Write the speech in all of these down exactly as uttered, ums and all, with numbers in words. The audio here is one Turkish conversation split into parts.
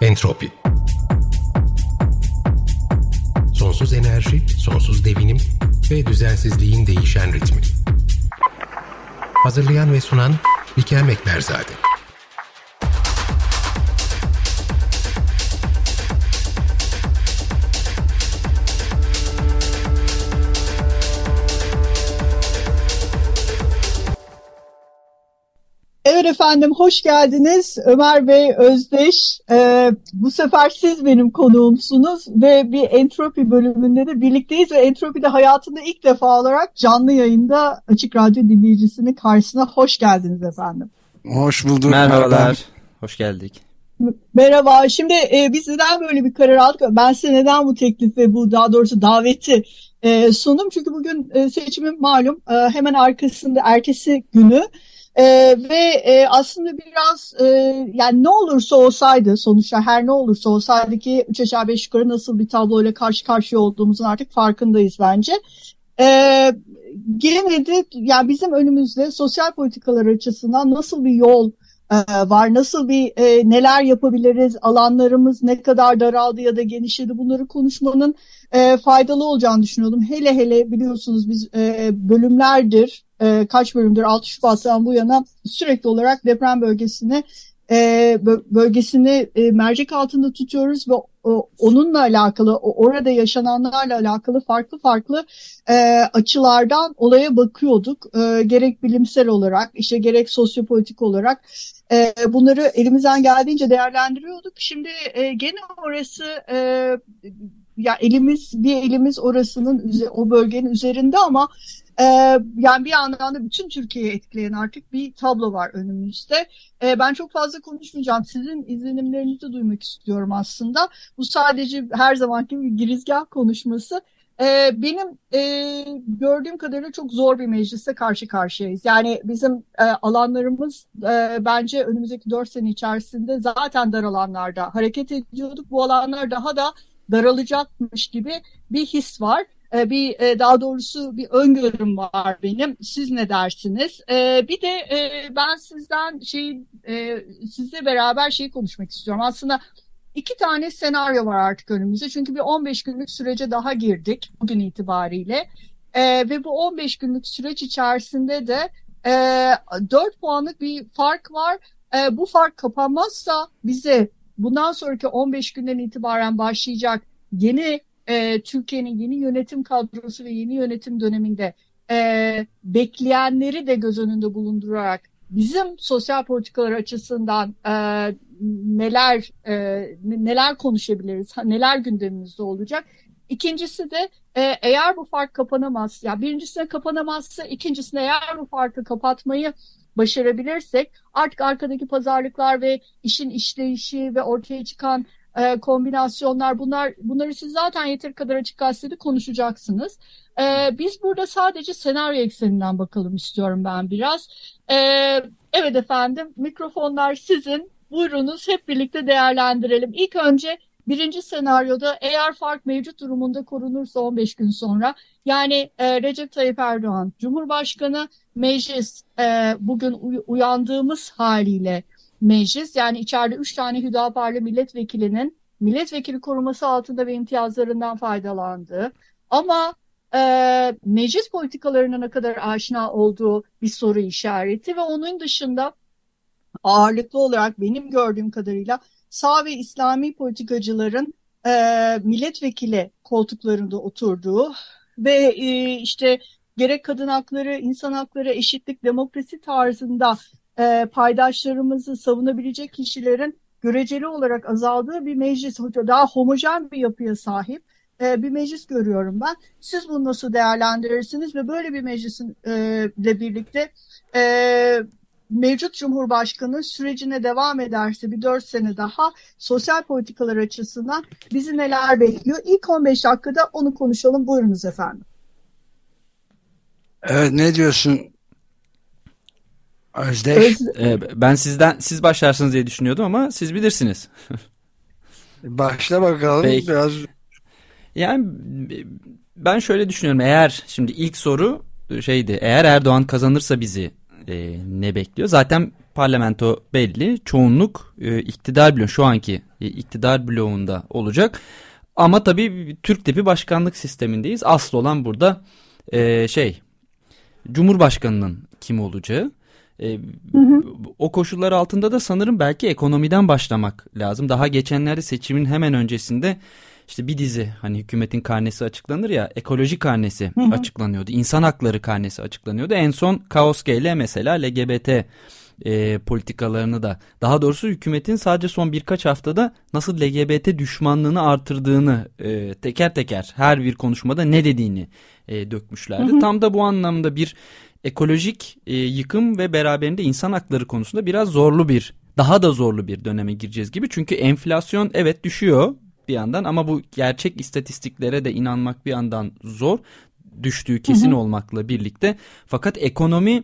Entropi. Sonsuz enerji, sonsuz devinim ve düzensizliğin değişen ritmi. Hazırlayan ve sunan Bikem Ekberzade. Evet efendim, hoş geldiniz. Ömer Bey, Özdeş. Ee, bu sefer siz benim konuğumsunuz ve bir entropi bölümünde de birlikteyiz ve entropide hayatında ilk defa olarak canlı yayında Açık Radyo dinleyicisinin karşısına hoş geldiniz efendim. Hoş bulduk. Merhabalar, hoş geldik. Merhaba. Şimdi e, biz neden böyle bir karar aldık? Ben size neden bu teklif ve bu daha doğrusu daveti e, sundum? Çünkü bugün e, seçimin malum e, hemen arkasında ertesi günü. Ee, ve e, aslında biraz e, yani ne olursa olsaydı, sonuçta her ne olursa olsaydı ki üç aşağı beş yukarı nasıl bir tabloyla karşı karşıya olduğumuzun artık farkındayız bence. Ee, gene de yani bizim önümüzde sosyal politikalar açısından nasıl bir yol e, var, nasıl bir e, neler yapabiliriz, alanlarımız ne kadar daraldı ya da genişledi, bunları konuşmanın e, faydalı olacağını düşünüyordum. Hele hele biliyorsunuz biz e, bölümlerdir, e, kaç bölümdür altı Şubat'tan bu yana sürekli olarak deprem bölgesini e, bölgesini e, mercek altında tutuyoruz ve o, onunla alakalı, o, orada yaşananlarla alakalı farklı farklı e, açılardan olaya bakıyorduk. E, gerek bilimsel olarak, işte gerek sosyopolitik olarak e, bunları elimizden geldiğince değerlendiriyorduk. Şimdi e, gene orası e, ya elimiz bir elimiz orasının o bölgenin üzerinde ama Ee, yani bir yandan da bütün Türkiye'yi etkileyen artık bir tablo var önümüzde. Ee, ben çok fazla konuşmayacağım. Sizin izlenimlerinizi duymak istiyorum aslında. Bu sadece her zamanki bir girizgah konuşması. Ee, benim e, gördüğüm kadarıyla çok zor bir mecliste karşı karşıyayız. Yani bizim e, alanlarımız e, bence önümüzdeki dört sene içerisinde zaten dar alanlarda hareket ediyorduk. Bu alanlar daha da daralacakmış gibi bir his var. Bir daha doğrusu bir öngörüm var benim. Siz ne dersiniz? Bir de ben sizden şey sizle beraber şeyi konuşmak istiyorum. Aslında iki tane senaryo var artık önümüzde. Çünkü bir on beş günlük sürece daha girdik bugün itibariyle. Ve bu on beş günlük süreç içerisinde de dört puanlık bir fark var. Bu fark kapanmazsa bize bundan sonraki on beş günden itibaren başlayacak yeni E, Türkiye'nin yeni yönetim kadrosu ve yeni yönetim döneminde e, bekleyenleri de göz önünde bulundurarak bizim sosyal politikalar açısından e, neler e, neler konuşabiliriz, neler gündemimizde olacak. İkincisi de e, eğer bu fark kapanamaz, ya birincisine kapanamazsa ikincisine eğer bu farkı kapatmayı başarabilirsek artık arkadaki pazarlıklar ve işin işleyişi ve ortaya çıkan E, kombinasyonlar bunlar bunları siz zaten yeteri kadar açık gazetede konuşacaksınız. E, biz burada sadece senaryo ekseninden bakalım istiyorum ben biraz. E, evet efendim, mikrofonlar sizin. Buyurunuz, hep birlikte değerlendirelim. İlk önce birinci senaryoda eğer fark mevcut durumunda korunursa on beş gün sonra, yani e, Recep Tayyip Erdoğan Cumhurbaşkanı, meclis e, bugün uy- uyandığımız haliyle meclis, yani içeride üç tane Hüdaparlı milletvekilinin milletvekili koruması altında ve imtiyazlarından faydalandığı ama e, meclis politikalarına ne kadar aşina olduğu bir soru işareti ve onun dışında ağırlıklı olarak benim gördüğüm kadarıyla sağ ve İslami politikacıların e, milletvekili koltuklarında oturduğu ve e, işte gerek kadın hakları, insan hakları, eşitlik, demokrasi tarzında E, paydaşlarımızı savunabilecek kişilerin göreceli olarak azaldığı bir meclis, daha homojen bir yapıya sahip e, bir meclis görüyorum ben. Siz bunu nasıl değerlendirirsiniz ve böyle bir meclisin e, ile birlikte e, mevcut Cumhurbaşkanı sürecine devam ederse bir dört sene daha sosyal politikalar açısından bizi neler bekliyor? İlk on beş dakikada onu konuşalım. Buyurunuz efendim. Evet, ne diyorsun Özdeş? Ee, ben sizden siz başlarsınız diye düşünüyordum ama siz bilirsiniz. Başla bakalım. Peki. Biraz. Yani ben şöyle düşünüyorum. Eğer şimdi ilk soru şeydi. Eğer Erdoğan kazanırsa bizi e, ne bekliyor? Zaten parlamento belli. Çoğunluk e, iktidar bloğu, şu anki e, iktidar bloğunda olacak. Ama tabii Türk tipi başkanlık sistemindeyiz. Asıl olan burada e, şey Cumhurbaşkanının kim olacağı. E, hı hı. O koşullar altında da sanırım belki ekonomiden başlamak lazım. Daha geçenlerde seçimin hemen öncesinde işte bir dizi hani hükümetin karnesi açıklanır ya, ekoloji karnesi hı hı. açıklanıyordu. İnsan hakları karnesi açıklanıyordu. En son Kaos G L mesela L G B T e, politikalarını da, daha doğrusu hükümetin sadece son birkaç haftada nasıl L G B T düşmanlığını artırdığını e, teker teker her bir konuşmada ne dediğini e, dökmüşlerdi. Hı hı. Tam da bu anlamda bir ekolojik e, yıkım ve beraberinde insan hakları konusunda biraz zorlu bir, daha da zorlu bir döneme gireceğiz gibi. Çünkü enflasyon evet düşüyor bir yandan ama bu gerçek istatistiklere de inanmak bir yandan zor. Düştüğü kesin hı hı. olmakla birlikte. Fakat ekonomi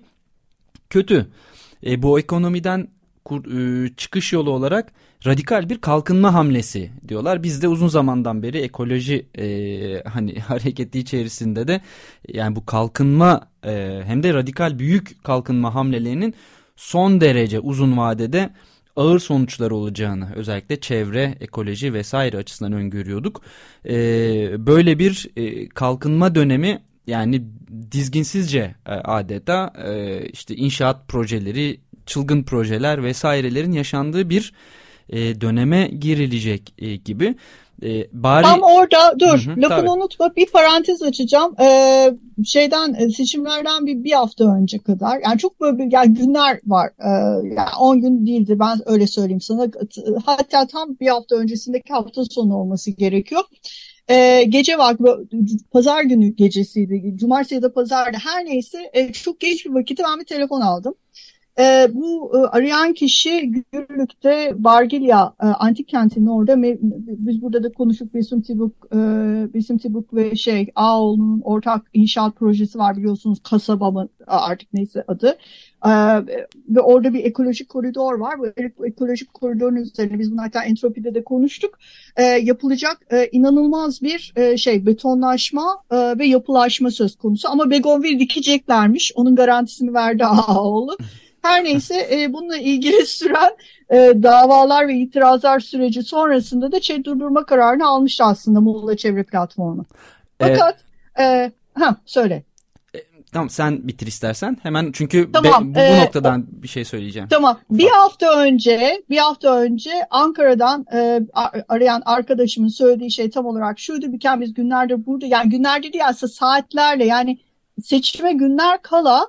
kötü. E, bu ekonomiden kur, e, çıkış yolu olarak radikal bir kalkınma hamlesi diyorlar. Biz de uzun zamandan beri ekoloji e, hani hareketi içerisinde de yani bu kalkınma e, hem de radikal büyük kalkınma hamlelerinin son derece uzun vadede ağır sonuçları olacağını, özellikle çevre, ekoloji vesaire açısından öngörüyorduk. E, böyle bir e, kalkınma dönemi, yani dizginsizce e, adeta e, işte inşaat projeleri, çılgın projeler vesairelerin yaşandığı bir e, döneme girilecek e, gibi. E, bari... Tam orada dur, hı hı, lafını tabii. unutma, bir parantez açacağım. Ee, şeyden seçimlerden bir, bir hafta önce kadar, yani çok böyle bir, yani günler var, ee, yani on gün değildi, ben öyle söyleyeyim sana, hatta tam bir hafta öncesindeki hafta sonu olması gerekiyor. Ee, gece vakti, pazar günü gecesiydi, cumartesi ya da pazardı, her neyse, e, çok geç bir vakitte ben bir telefon aldım. E, bu e, arayan kişi Gürlük'te Bargilya e, antik kentinin orada, me, biz burada da konuştuk, Besim Tibuk, e, Besim Tibuk ve şey Ağoğlu'nun ortak inşaat projesi var biliyorsunuz, kasaba mı artık neyse adı. E, ve orada bir ekolojik koridor var. Bu ekolojik koridorun üzerine biz bunu hatta Entropi'de de konuştuk. E, yapılacak e, inanılmaz bir e, şey betonlaşma e, ve yapılaşma söz konusu, ama begonvil dikeceklermiş. Onun garantisini verdi Ağoğlu. Her neyse, e, bununla ilgili süren e, davalar ve itirazlar süreci sonrasında da ÇED durdurma kararını almıştı aslında Muğla Çevre Platformu. Fakat ee, e, ha söyle. E, tamam, sen bitir istersen hemen, çünkü tamam, be, bu, bu e, noktadan o, bir şey söyleyeceğim. Tamam. Bir hafta önce, bir hafta önce Ankara'dan e, arayan arkadaşımın söylediği şey tam olarak şuydu: Biken biz günlerdir burada, yani günlerdir değil aslında saatlerle, yani seçime günler kala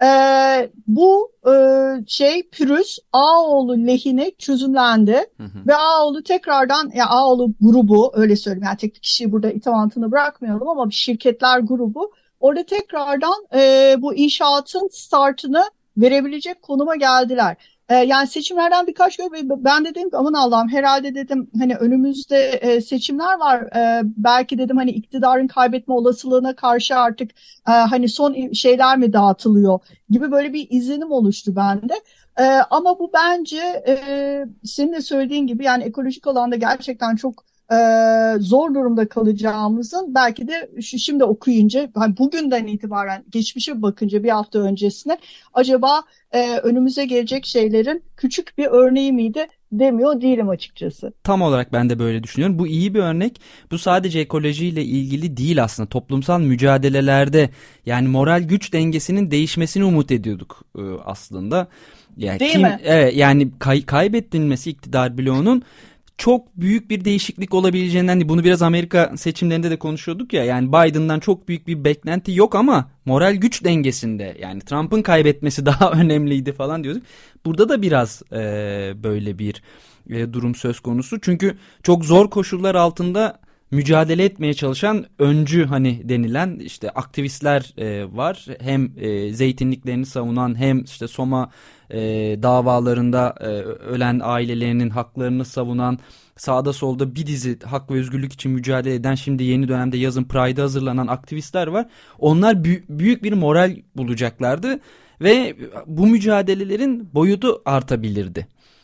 Ee, bu e, şey pürüz Ağoğlu lehine çözümlendi. Hı hı. Ve Ağoğlu tekrardan, ya Ağoğlu grubu, öyle söyleyeyim, yani tek kişiyi burada itham altına bırakmayalım, ama bir şirketler grubu orada tekrardan e, bu inşaatın startını verebilecek konuma geldiler. E, yani seçimlerden birkaç gün ben de dedim ki aman Allah'ım, herhalde dedim hani önümüzde e, seçimler var. E, belki dedim hani iktidarın kaybetme olasılığına karşı artık e, hani son şeyler mi dağıtılıyor gibi böyle bir izlenim oluştu bende. E, ama bu bence e, senin de söylediğin gibi, yani ekolojik alanda gerçekten çok Ee, zor durumda kalacağımızın, belki de şu, şimdi okuyunca, hani bugünden itibaren geçmişe bakınca bir hafta öncesine, acaba e, önümüze gelecek şeylerin küçük bir örneği miydi demiyor değilim açıkçası. Tam olarak ben de böyle düşünüyorum. Bu iyi bir örnek. Bu sadece ekolojiyle ilgili değil aslında. Toplumsal mücadelelerde, yani moral güç dengesinin değişmesini umut ediyorduk e, aslında. Yani değil kim, mi? Evet, yani kay, kaybedilmesi iktidar bloğunun çok büyük bir değişiklik olabileceğinden, bunu biraz Amerika seçimlerinde de konuşuyorduk ya, yani Biden'dan çok büyük bir beklenti yok ama moral güç dengesinde, yani Trump'ın kaybetmesi daha önemliydi falan diyorduk. Burada da biraz e, böyle bir e, durum söz konusu, çünkü çok zor koşullar altında mücadele etmeye çalışan öncü hani denilen işte aktivistler e, var. Hem e, zeytinliklerini savunan, hem işte Soma e, davalarında e, ölen ailelerinin haklarını savunan, sağda solda bir dizi hak ve özgürlük için mücadele eden, şimdi yeni dönemde yazın Pride'a hazırlanan aktivistler var. Onlar bü- büyük bir moral bulacaklardı ve bu mücadelelerin boyutu artabilirdi.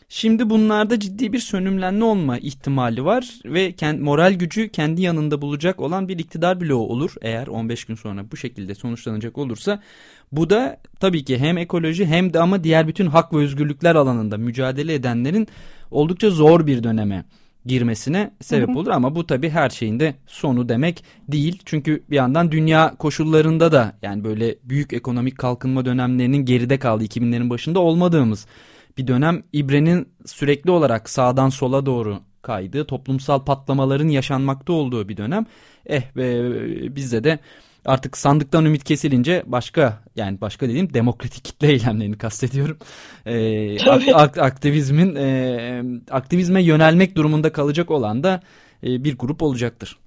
Şimdi bunlarda ciddi bir sönümlenme olma ihtimali var ve kend, moral gücü kendi yanında bulacak olan bir iktidar bloğu olur. Eğer on beş gün sonra bu şekilde sonuçlanacak olursa, bu da tabii ki hem ekoloji hem de ama diğer bütün hak ve özgürlükler alanında mücadele edenlerin oldukça zor bir döneme girmesine sebep olur. Ama bu tabii her şeyin de sonu demek değil. Çünkü bir yandan dünya koşullarında da, yani böyle büyük ekonomik kalkınma dönemlerinin geride kaldığı, iki binlerin başında olmadığımız bir dönem, ibrenin sürekli olarak sağdan sola doğru kaydığı, toplumsal patlamaların yaşanmakta olduğu bir dönem. Eh ve bizde de artık sandıktan ümit kesilince başka, yani başka dediğim demokratik kitle eylemlerini kastediyorum. Ee, ak- ak- aktivizmin e, aktivizme yönelmek durumunda kalacak olan da e, bir grup olacaktır.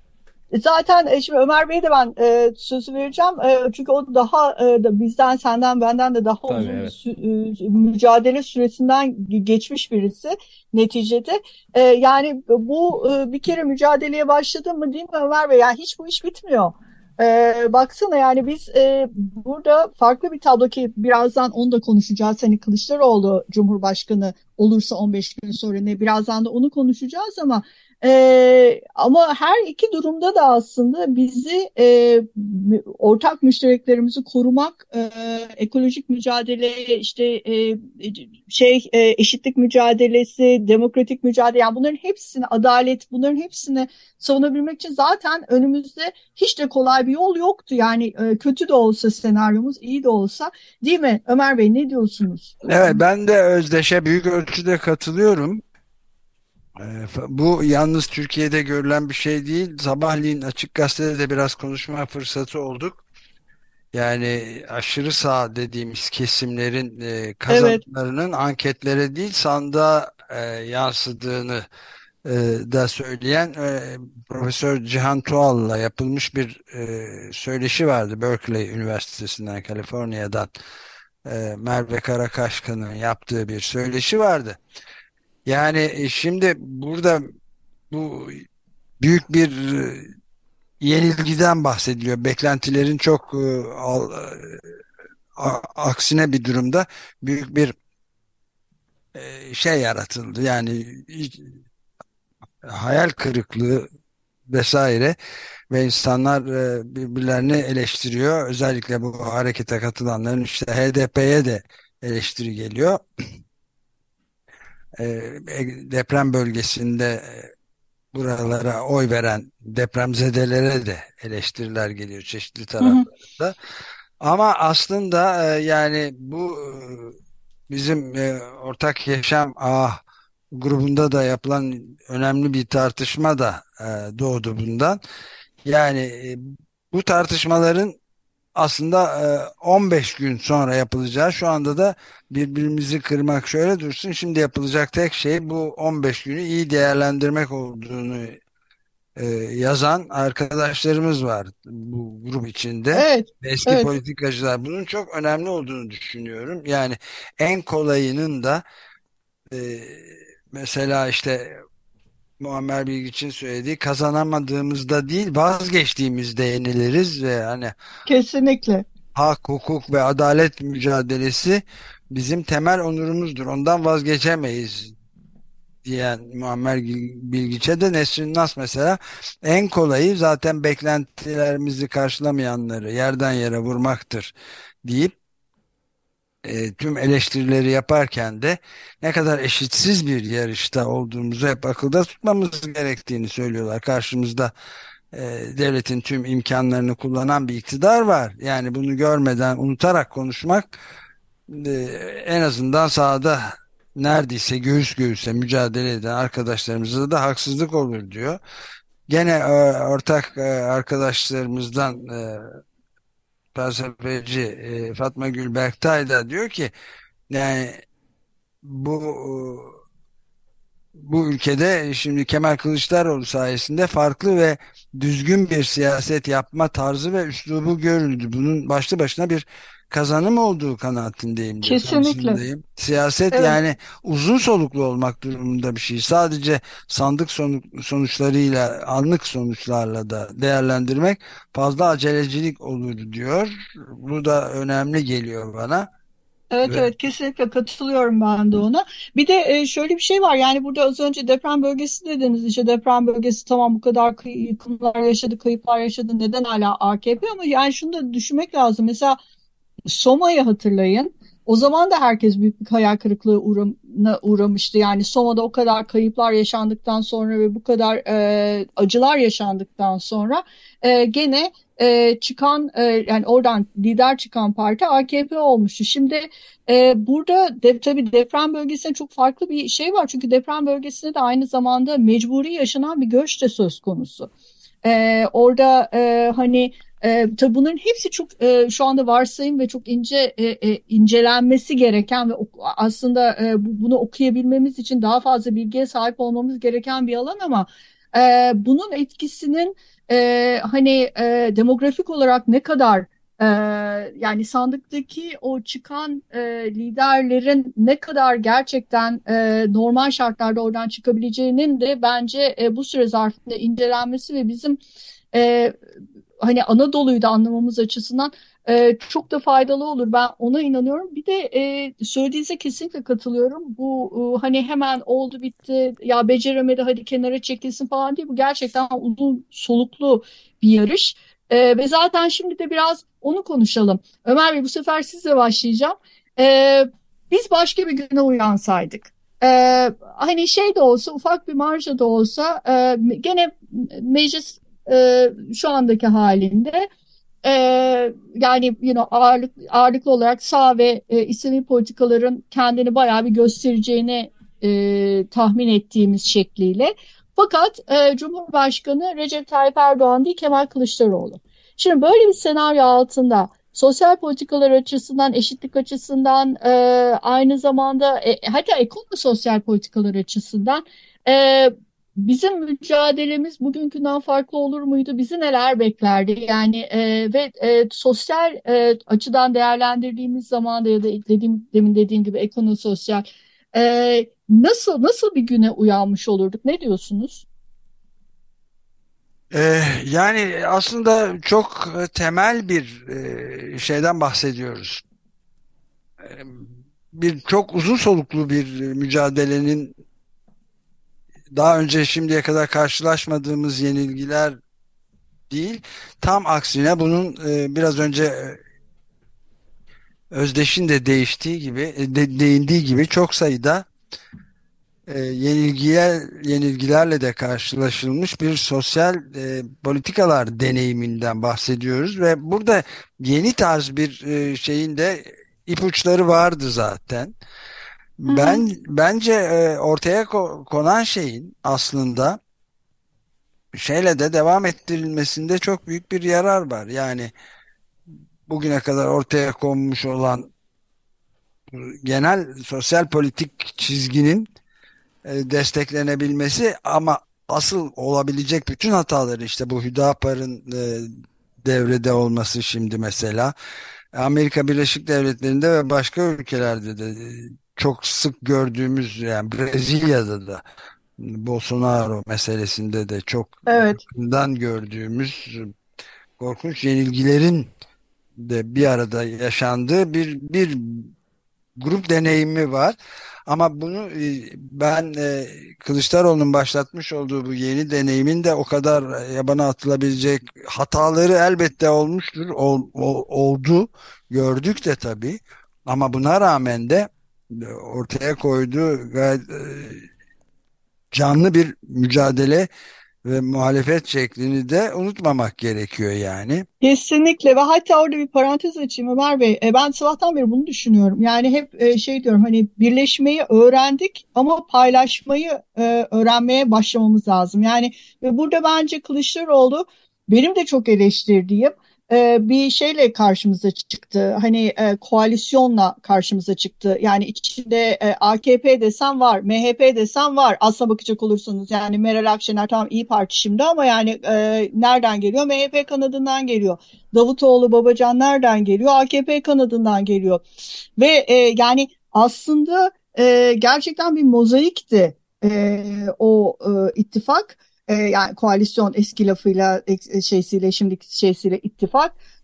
Zaten e, şimdi Ömer Bey'e de ben e, sözü vereceğim. E, çünkü o daha e, da bizden, senden, benden de daha Tabii, uzun bir evet. sü- e, mücadele süresinden geçmiş birisi neticede. E, yani bu e, bir kere mücadeleye başladı mı, değil mi Ömer Bey? Yani hiç bu iş bitmiyor. E, baksana yani biz e, burada farklı bir tablo, ki birazdan onu da konuşacağız. Hani Kılıçdaroğlu Cumhurbaşkanı olursa on beş gün sonra ne, birazdan da onu konuşacağız ama Ee, ama her iki durumda da aslında bizi e, ortak müştereklerimizi korumak, e, ekolojik mücadele, işte e, şey e, eşitlik mücadelesi, demokratik mücadele, yani bunların hepsini, adalet, bunların hepsini savunabilmek için zaten önümüzde hiç de kolay bir yol yoktu. Yani e, kötü de olsa senaryomuz, iyi de olsa, değil mi Ömer Bey, ne diyorsunuz? Evet, ben de Özdeş'e büyük ölçüde katılıyorum. Ee, Bu yalnız Türkiye'de görülen bir şey değil. Sabahleyin Açık Gazete'de de biraz konuşma fırsatı olduk. Yani aşırı sağ dediğimiz kesimlerin e, Evet. kazanımlarının anketlere değil sandığa e, yansıdığını e, da söyleyen e, Profesör Cihan Tuğal'la yapılmış bir e, söyleşi vardı. Berkeley Üniversitesi'nden, Kaliforniya'dan e, Merve Karakaşkan'ın yaptığı bir söyleşi vardı. Yani e, şimdi burada bu büyük bir e, yenilgiden bahsediliyor. Beklentilerin çok e, al- a- aksine bir durumda büyük bir e, şey yaratıldı. Yani hiç- hayal kırıklığı vesaire ve insanlar e, birbirlerini eleştiriyor. Özellikle bu harekete katılanların, işte H D P'ye de eleştiri geliyor. E, e, deprem bölgesinde e, buralara oy veren depremzedelere de eleştiriler geliyor çeşitli Hı hı. taraflarda. Ama aslında e, yani bu e, bizim e, ortak yaşam ah grubunda da yapılan önemli bir tartışma da e, doğdu bundan. Yani e, bu tartışmaların aslında e, on beş gün sonra yapılacağı, şu anda da birbirimizi kırmak şöyle dursun, şimdi yapılacak tek şey bu on beş günü iyi değerlendirmek olduğunu e, yazan arkadaşlarımız var bu grup içinde. Evet. Eski Evet. politikacılar, bunun çok önemli olduğunu düşünüyorum. Yani en kolayının da e, mesela işte Muammer Bilgiç'in söylediği, kazanamadığımızda değil vazgeçtiğimizde yeniliriz ve hani Kesinlikle. hak, hukuk ve adalet mücadelesi bizim temel onurumuzdur. Ondan vazgeçemeyiz diyen Muammer Bilgiç'e de Nesrin Nas mesela en kolayı zaten beklentilerimizi karşılamayanları yerden yere vurmaktır deyip e, tüm eleştirileri yaparken de ne kadar eşitsiz bir yarışta olduğumuzu hep akılda tutmamız gerektiğini söylüyorlar. Karşımızda e, devletin tüm imkanlarını kullanan bir iktidar var. Yani bunu görmeden, unutarak konuşmak e, en azından sahada neredeyse göğüs göğüse mücadele eden arkadaşlarımıza da haksızlık olur diyor. Gene e, ortak e, arkadaşlarımızdan e, felsefeci e, Fatma Gül Berktay da diyor ki yani bu bu ülkede şimdi Kemal Kılıçdaroğlu sayesinde farklı ve düzgün bir siyaset yapma tarzı ve üslubu görüldü. Bunun başlı başına bir kazanım olduğu kanaatindeyim diyor, Kesinlikle. karşısındayım. Siyaset Evet. yani uzun soluklu olmak durumunda bir şey. Sadece sandık sonu- sonuçlarıyla, anlık sonuçlarla da değerlendirmek fazla acelecilik olur diyor. Bu da önemli geliyor bana. Evet, Ve evet, kesinlikle katılıyorum ben de ona. Bir de e, şöyle bir şey var, yani burada az önce deprem bölgesi dediniz, işte deprem bölgesi tamam, bu kadar kıy- yıkımlar yaşadı, kayıplar yaşadı, neden hala A K P, ama yani şunu da düşünmek lazım. Mesela Soma'yı hatırlayın. O zaman da herkes büyük bir hayal kırıklığı uğramına uğramıştı. Yani Soma'da o kadar kayıplar yaşandıktan sonra ve bu kadar e, acılar yaşandıktan sonra e, gene e, çıkan e, yani oradan lider çıkan parti A K P olmuştu. Şimdi e, burada de, tabii deprem bölgesinde çok farklı bir şey var. Çünkü deprem bölgesinde de aynı zamanda mecburi yaşanan bir göç de söz konusu. Ee, orada e, hani e, tabii bunların hepsi çok e, şu anda varsayım ve çok ince e, e, incelenmesi gereken ve ok- aslında e, bu- bunu okuyabilmemiz için daha fazla bilgiye sahip olmamız gereken bir alan, ama e, bunun etkisinin e, hani e, demografik olarak ne kadar e, yani sandıktaki o çıkan e, liderlerin ne kadar gerçekten e, normal şartlarda oradan çıkabileceğinin de bence e, bu süre zarfında incelenmesi ve bizim e, hani Anadolu'yu da anlamamız açısından e, çok da faydalı olur. Ben ona inanıyorum. Bir de e, söylediğinize kesinlikle katılıyorum. Bu e, hani hemen oldu bitti ya, beceremedi hadi kenara çekilsin falan değil. Bu gerçekten uzun soluklu bir yarış. E, ve zaten şimdi de biraz onu konuşalım. Ömer Bey, bu sefer sizle başlayacağım. E, Biz başka bir güne uyansaydık. E, Hani şey de olsa, ufak bir marjda da olsa e, gene meclis e, şu andaki halinde e, yani you know, ağırlık, ağırlıklı olarak sağ ve e, İslami politikaların kendini bayağı bir göstereceğini e, tahmin ettiğimiz şekliyle. Fakat e, Cumhurbaşkanı Recep Tayyip Erdoğan değil, Kemal Kılıçdaroğlu. Şimdi böyle bir senaryo altında sosyal politikalar açısından, eşitlik açısından, e, aynı zamanda e, hatta ekonomi sosyal politikalar açısından e, bizim mücadelemiz bugünkünden farklı olur muydu? Bizi neler beklerdi? Yani e, ve e, sosyal e, açıdan değerlendirdiğimiz zaman da ya da dediğim, demin dediğim gibi ekonomi sosyal e, nasıl nasıl bir güne uyanmış olurduk? Ne diyorsunuz? e, yani aslında çok e, temel bir e, şeyden bahsediyoruz. E, Bir çok uzun soluklu bir mücadelenin, daha önce şimdiye kadar karşılaşmadığımız yenilgiler değil. Tam aksine bunun e, biraz önce e, Özdeş'in de değiştiği gibi, e, de, değindiği gibi çok sayıda e, yenilgiler yenilgilerle de karşılaşılmış bir sosyal e, politikalar deneyiminden bahsediyoruz ve burada yeni tarz bir e, şeyin de ipuçları vardı zaten. Hı hı. Ben bence e, ortaya ko- konan şeyin aslında şeyle de devam ettirilmesinde çok büyük bir yarar var. Yani bugüne kadar ortaya konmuş olan genel sosyal politik çizginin e, desteklenebilmesi, ama asıl olabilecek bütün hataları, işte bu Hüdapar'ın e, devrede olması şimdi mesela Amerika Birleşik Devletleri'nde ve başka ülkelerde de e, çok sık gördüğümüz, yani Brezilya'da da Bolsonaro meselesinde de çok Evet. yakından gördüğümüz korkunç yenilgilerin de bir arada yaşandığı bir bir grup deneyimi var. Ama bunu e, ben e, Kılıçdaroğlu'nun başlatmış olduğu bu yeni deneyimin de o kadar yabana atılabilecek hataları elbette olmuştur. Ol, ol- oldu. Gördük de tabii. Ama buna rağmen de e, ortaya koyduğu gayet e, canlı bir mücadele ve muhalefet şeklini de unutmamak gerekiyor yani. Kesinlikle, ve hatta orada bir parantez açayım Ömer Bey. E, ben sabahtan beri bunu düşünüyorum. Yani hep e, şey diyorum, hani birleşmeyi öğrendik ama paylaşmayı e, öğrenmeye başlamamız lazım. Yani ve burada bence Kılıçdaroğlu benim de çok eleştirdiğim e, bir şeyle karşımıza çıktı. Hani e, koalisyonla karşımıza çıktı. Yani içinde e, A K P desen var, M H P desen var. Aslına bakacak olursanız yani Meral Akşener tamam İyi Parti şimdi, ama yani e, nereden geliyor? M H P kanadından geliyor. Davutoğlu, Babacan nereden geliyor? A K P kanadından geliyor. Ve e, yani aslında e, gerçekten bir mozaikti e, o e, ittifak. E, yani koalisyon eski lafıyla, e, şeysiyle, şimdiki şeysiyle ittifak.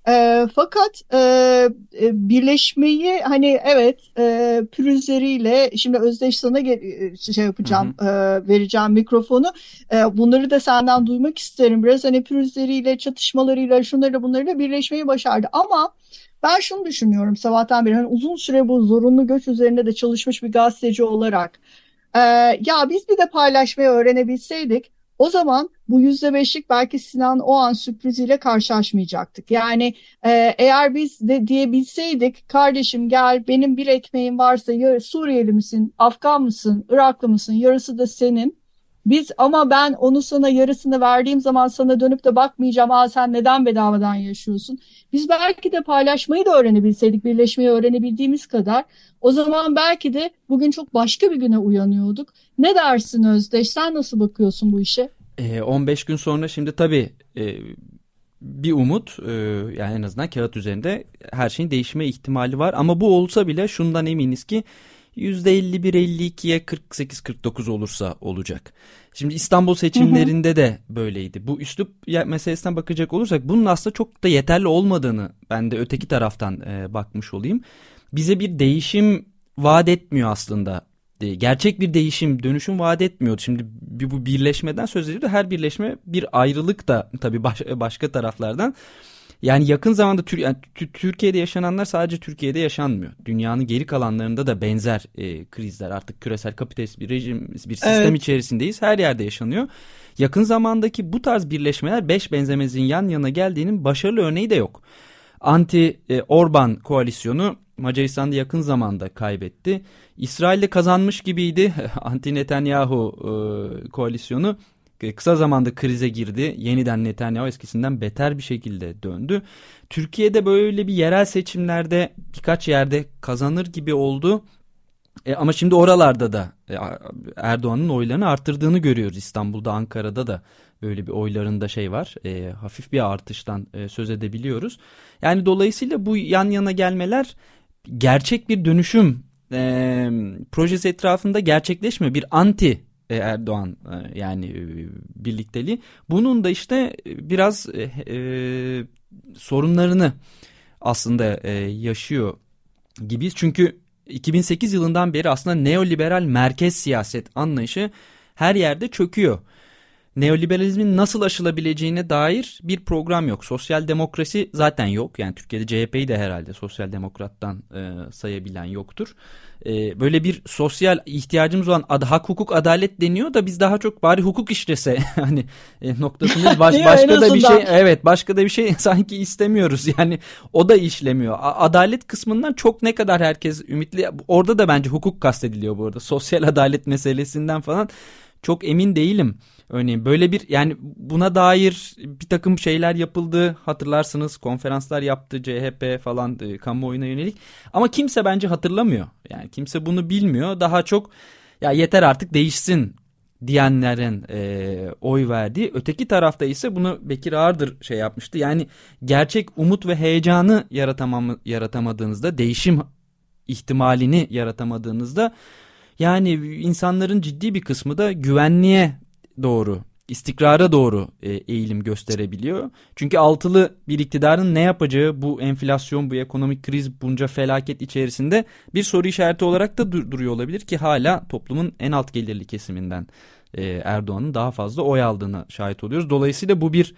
E, fakat e, e, birleşmeyi hani evet e, pürüzleriyle şimdi Özdeş sana ge- şey yapacağım Hı hı. e, vereceğim mikrofonu. E, bunları da senden duymak isterim biraz hani pürüzleriyle çatışmalarıyla şunlarla bunlarla birleşmeyi başardı ama ben şunu düşünüyorum sabahtan beri hani uzun süre bu zorunlu göç üzerinde de çalışmış bir gazeteci olarak e, ya biz bir de paylaşmayı öğrenebilseydik o zaman bu yüzde beşlik belki Sinan o an sürpriziyle karşılaşmayacaktık. Yani e, eğer biz de diyebilseydik kardeşim gel benim bir ekmeğim varsa ya Suriyeli misin, Afgan mısın, Iraklı mısın yarısı da senin. Biz ama ben onu sana yarısını verdiğim zaman sana dönüp de bakmayacağım. Aa sen neden bedavadan yaşıyorsun? Biz belki de paylaşmayı da öğrenebilseydik, birleşmeyi öğrenebildiğimiz kadar o zaman belki de bugün çok başka bir güne uyanıyorduk. Ne dersin Özdeş? Sen nasıl bakıyorsun bu işe? E, on beş gün sonra şimdi tabii e, bir umut e, yani en azından kağıt üzerinde her şeyin değişme ihtimali var. Ama bu olsa bile şundan eminiz ki yüzde elli bir elli ikiye kırk sekiz kırk dokuz olursa olacak. Şimdi İstanbul seçimlerinde hı hı. de böyleydi. Bu üslup meselesinden bakacak olursak bunun aslında çok da yeterli olmadığını ben de öteki taraftan e, bakmış olayım. Bize bir değişim vaat etmiyor aslında. Gerçek bir değişim, dönüşüm vaat etmiyordu. Şimdi bu birleşmeden söz ediyordu. Her birleşme bir ayrılık da tabii baş, başka taraflardan. Yani yakın zamanda Tür yani Türkiye'de yaşananlar sadece Türkiye'de yaşanmıyor. Dünyanın geri kalanlarında da benzer e, krizler artık küresel kapitalist bir rejim, bir sistem evet. içerisindeyiz. Her yerde yaşanıyor. Yakın zamandaki bu tarz birleşmeler beş benzemezin yan yana geldiğinin başarılı örneği de yok. Anti-Orban koalisyonu Macaristan'da yakın zamanda kaybetti. İsrail'de kazanmış gibiydi. Anti-Netanyahu e, koalisyonu kısa zamanda krize girdi. Yeniden Netanyahu eskisinden beter bir şekilde döndü. Türkiye'de böyle bir yerel seçimlerde birkaç yerde kazanır gibi oldu. E, ama şimdi oralarda da e, Erdoğan'ın oylarını arttırdığını görüyoruz. İstanbul'da, Ankara'da da böyle bir oylarında şey var. E, hafif bir artıştan e, söz edebiliyoruz. Yani dolayısıyla bu yan yana gelmeler gerçek bir dönüşüm e, projesi etrafında gerçekleşmiyor. Bir anti Erdoğan e, yani e, birlikteliği. Bunun da işte biraz e, e, sorunlarını aslında e, yaşıyor gibiyiz. Çünkü iki bin sekiz yılından beri aslında neoliberal merkez siyaset anlayışı her yerde çöküyor. Neoliberalizmin nasıl aşılabileceğine dair bir program yok. Sosyal demokrasi zaten yok. Yani Türkiye'de C H P'yi de herhalde sosyal demokrattan e, sayabilen yoktur. E, böyle bir sosyal ihtiyacımız olan ad, hak, hukuk, adalet deniyor da biz daha çok bari hukuk işlese hani e, noktasında baş, başka da bir şey evet başka da bir şey sanki istemiyoruz. Yani o da işlemiyor. A, adalet kısmından çok ne kadar herkes ümitli. Orada da bence hukuk kastediliyor bu arada. Sosyal adalet meselesinden falan çok emin değilim. Örneğin böyle bir yani buna dair bir takım şeyler yapıldı, hatırlarsınız konferanslar yaptı C H P falan e, kamuoyuna yönelik ama kimse bence hatırlamıyor. Yani kimse bunu bilmiyor, daha çok ya yeter artık değişsin diyenlerin e, oy verdiği. Öteki tarafta ise bunu Bekir Ağırdır şey yapmıştı, yani gerçek umut ve heyecanı yaratamam, yaratamadığınızda, değişim ihtimalini yaratamadığınızda yani insanların ciddi bir kısmı da güvenliğe doğru, istikrara doğru e, eğilim gösterebiliyor. Çünkü altılı bir iktidarın ne yapacağı bu enflasyon, bu ekonomik kriz, bunca felaket içerisinde bir soru işareti olarak da dur- duruyor olabilir ki hala toplumun en alt gelirli kesiminden e, Erdoğan'ın daha fazla oy aldığına şahit oluyoruz. Dolayısıyla bu bir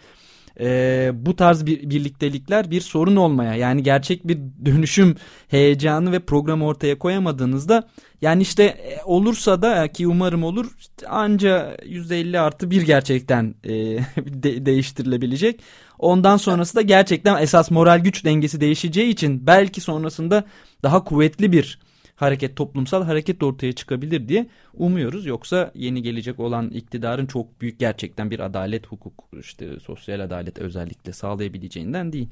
e, bu tarz bir birliktelikler bir sorun olmaya, yani gerçek bir dönüşüm heyecanı ve programı ortaya koyamadığınızda, yani işte e, olursa da ki umarım olur, işte anca yüzde elli artı bir gerçekten e, de, değiştirilebilecek. Ondan sonrası da gerçekten esas moral güç dengesi değişeceği için belki sonrasında daha kuvvetli bir hareket, toplumsal hareket ortaya çıkabilir diye umuyoruz. Yoksa yeni gelecek olan iktidarın çok büyük gerçekten bir adalet, hukuk, işte sosyal adalet özellikle sağlayabileceğinden değil.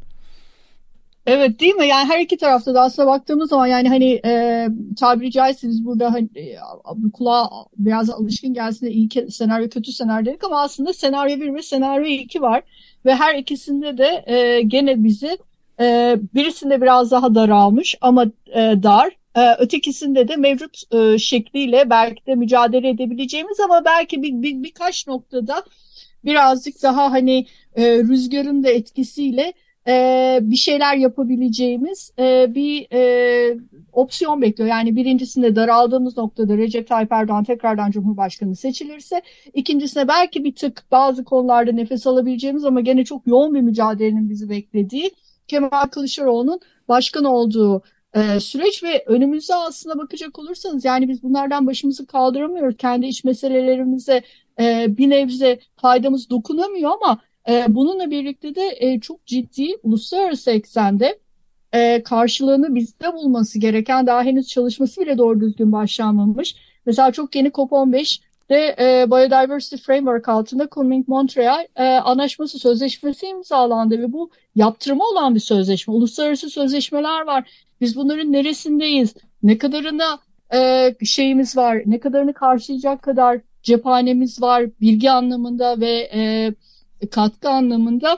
Evet, değil mi? Yani her iki tarafta da aslında baktığımız zaman yani hani e, tabiri caizse biz burada hani e, kulağa biraz alışkın gelsin de iyi senaryo kötü senaryo dedik ama aslında senaryo bir ve senaryo iki var ve her ikisinde de e, gene bizi e, birisinde biraz daha daralmış ama e, dar, e, ötekisinde de mevcut e, şekliyle belki de mücadele edebileceğimiz ama belki bir, bir birkaç noktada birazcık daha hani e, rüzgarın da etkisiyle e, bir şeyler yapabileceğimiz e, bir e, opsiyon bekliyor. Yani birincisinde daraldığımız noktada Recep Tayyip Erdoğan tekrardan Cumhurbaşkanı seçilirse, ikincisinde belki bir tık bazı konularda nefes alabileceğimiz ama gene çok yoğun bir mücadelenin bizi beklediği Kemal Kılıçdaroğlu'nun başkan olduğu e, süreç ve önümüze aslında bakacak olursanız yani biz bunlardan başımızı kaldıramıyoruz. Kendi iç meselelerimize e, bir nebze faydamız dokunamıyor ama e, bununla birlikte de e, çok ciddi uluslararası eksende e, karşılığını bizde bulması gereken, daha henüz çalışması bile doğru düzgün başlanmamış. Mesela çok yeni COP on beşte e, Biodiversity Framework altında Kunming-Montreal e, anlaşması, sözleşmesi imzalandı ve bu yaptırıma olan bir sözleşme. Uluslararası sözleşmeler var. Biz bunların neresindeyiz? Ne kadarına e, şeyimiz var? Ne kadarını karşılayacak kadar cephanemiz var bilgi anlamında ve e, katkı anlamında?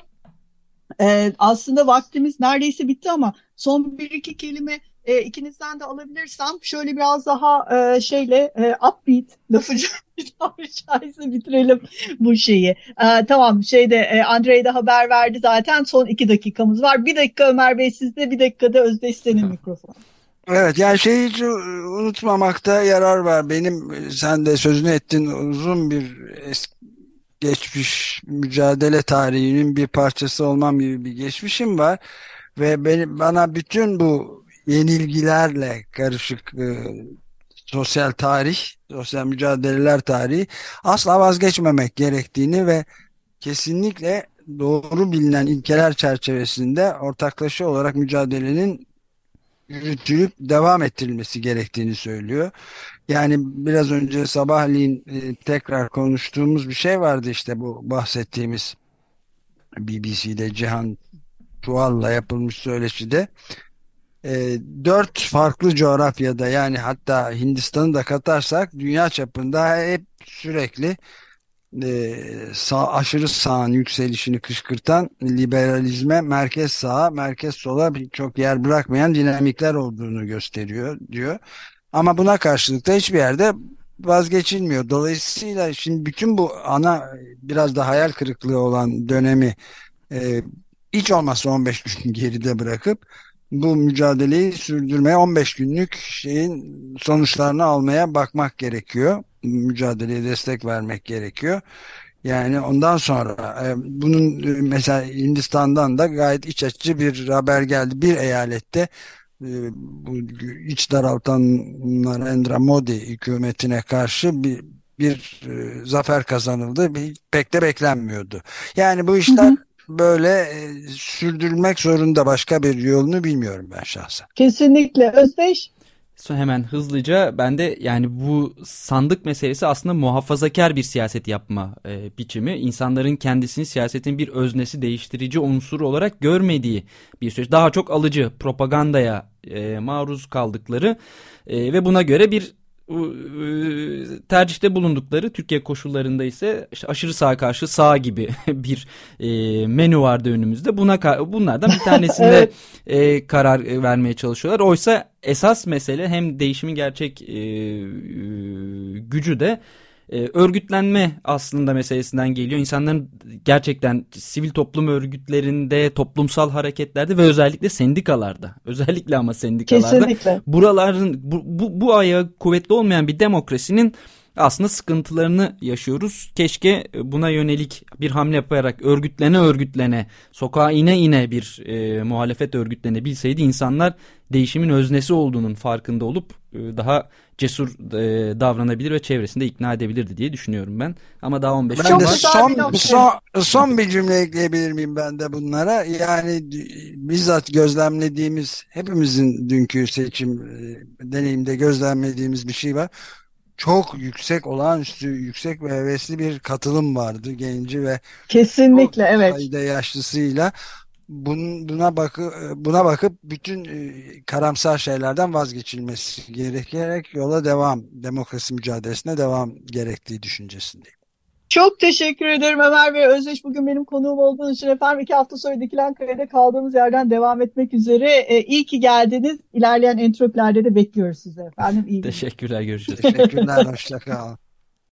Ee, aslında vaktimiz neredeyse bitti ama son bir iki kelime e, ikinizden de alabilirsem şöyle biraz daha e, şeyle e, upbeat lafıcı bir tabiri caizse bitirelim bu şeyi. Ee, tamam şeyde e, Andrei de haber verdi zaten, son iki dakikamız var. Bir dakika Ömer Bey sizde, bir dakikada Özdeş senin mikrofon. Evet, yani şeyi hiç unutmamakta yarar var. Benim, sen de sözünü ettin, uzun bir eski, geçmiş mücadele tarihinin bir parçası olmam gibi bir geçmişim var. Ve benim, bana bütün bu yenilgilerle karışık e, sosyal tarih, sosyal mücadeleler tarihi asla vazgeçmemek gerektiğini ve kesinlikle doğru bilinen ilkeler çerçevesinde ortaklaşa olarak mücadelenin yürütülüp devam ettirilmesi gerektiğini söylüyor. Yani biraz önce sabahleyin e, tekrar konuştuğumuz bir şey vardı, işte bu bahsettiğimiz B B C'de Cihan Tuğal'la yapılmış söyleşide. E, dört farklı coğrafyada, yani hatta Hindistan'ı da katarsak dünya çapında hep sürekli e, sağ, aşırı sağın yükselişini kışkırtan liberalizme, merkez sağa, merkez sola çok yer bırakmayan dinamikler olduğunu gösteriyor diyor. Ama buna karşılık da hiçbir yerde vazgeçilmiyor. Dolayısıyla şimdi bütün bu ana, biraz da hayal kırıklığı olan dönemi e, hiç olmazsa on beş gün geride bırakıp bu mücadeleyi sürdürmeye, on beş günlük şeyin sonuçlarını almaya bakmak gerekiyor. Mücadeleye destek vermek gerekiyor. Yani ondan sonra e, bunun e, mesela Hindistan'dan da gayet iç açıcı bir haber geldi. Bir eyalette e, bu iç daraltan Narendra Modi hükümetine karşı bir bir e, zafer kazanıldı. Bir, pek de beklenmiyordu. Yani bu Hı işler hı. böyle e, sürdürülmek zorunda, başka bir yolunu bilmiyorum ben şahsen. Kesinlikle Özdeş. So- Hemen hızlıca ben de yani bu sandık meselesi aslında muhafazakar bir siyaset yapma e, biçimi. İnsanların kendisini siyasetin bir öznesi, değiştirici unsuru olarak görmediği bir süreç. Daha çok alıcı propagandaya e, maruz kaldıkları e, ve buna göre bir e, tercihte bulundukları, Türkiye koşullarında ise işte aşırı sağa karşı sağ gibi bir e, menü vardı önümüzde. Buna bunlardan bir tanesinde Evet. e, karar vermeye çalışıyorlar. Oysa esas mesele hem değişimin gerçek e, gücü de e, örgütlenme aslında meselesinden geliyor. İnsanların gerçekten sivil toplum örgütlerinde, toplumsal hareketlerde ve özellikle sendikalarda, özellikle ama sendikalarda Kesinlikle. buraların bu, bu, bu ayağı kuvvetli olmayan bir demokrasinin aslında sıkıntılarını yaşıyoruz. Keşke buna yönelik bir hamle yaparak örgütlene örgütlene, sokağa ine ine bir e, muhalefet örgütlenebilseydi, insanlar değişimin öznesi olduğunun farkında olup e, daha cesur e, davranabilir ve çevresinde ikna edebilirdi diye düşünüyorum ben. Ama daha on beş Ben gün de var. son, son, son bir cümle ekleyebilir miyim ben de bunlara? Yani bizzat gözlemlediğimiz, hepimizin dünkü seçim e, deneyimde gözlemlediğimiz bir şey var. Çok yüksek, olağanüstü yüksek ve hevesli bir katılım vardı, genci ve çok Kesinlikle evet. sayıda yaşlısıyla. Bun, buna bakı, buna bakıp bütün e, karamsar şeylerden vazgeçilmesi gerekerek yola devam, demokrasi mücadelesine devam gerektiği düşüncesindeyim. Çok teşekkür ederim Ömer Bey. Özdeş, bugün benim konuğum olduğunuz için efendim. iki hafta sonra Dikilen Kare'de kaldığımız yerden devam etmek üzere. Ee, iyi ki geldiniz. İlerleyen entroplerde de bekliyoruz sizi efendim. İyi günler. Teşekkürler, görüşürüz. Teşekkürler, hoşça kal.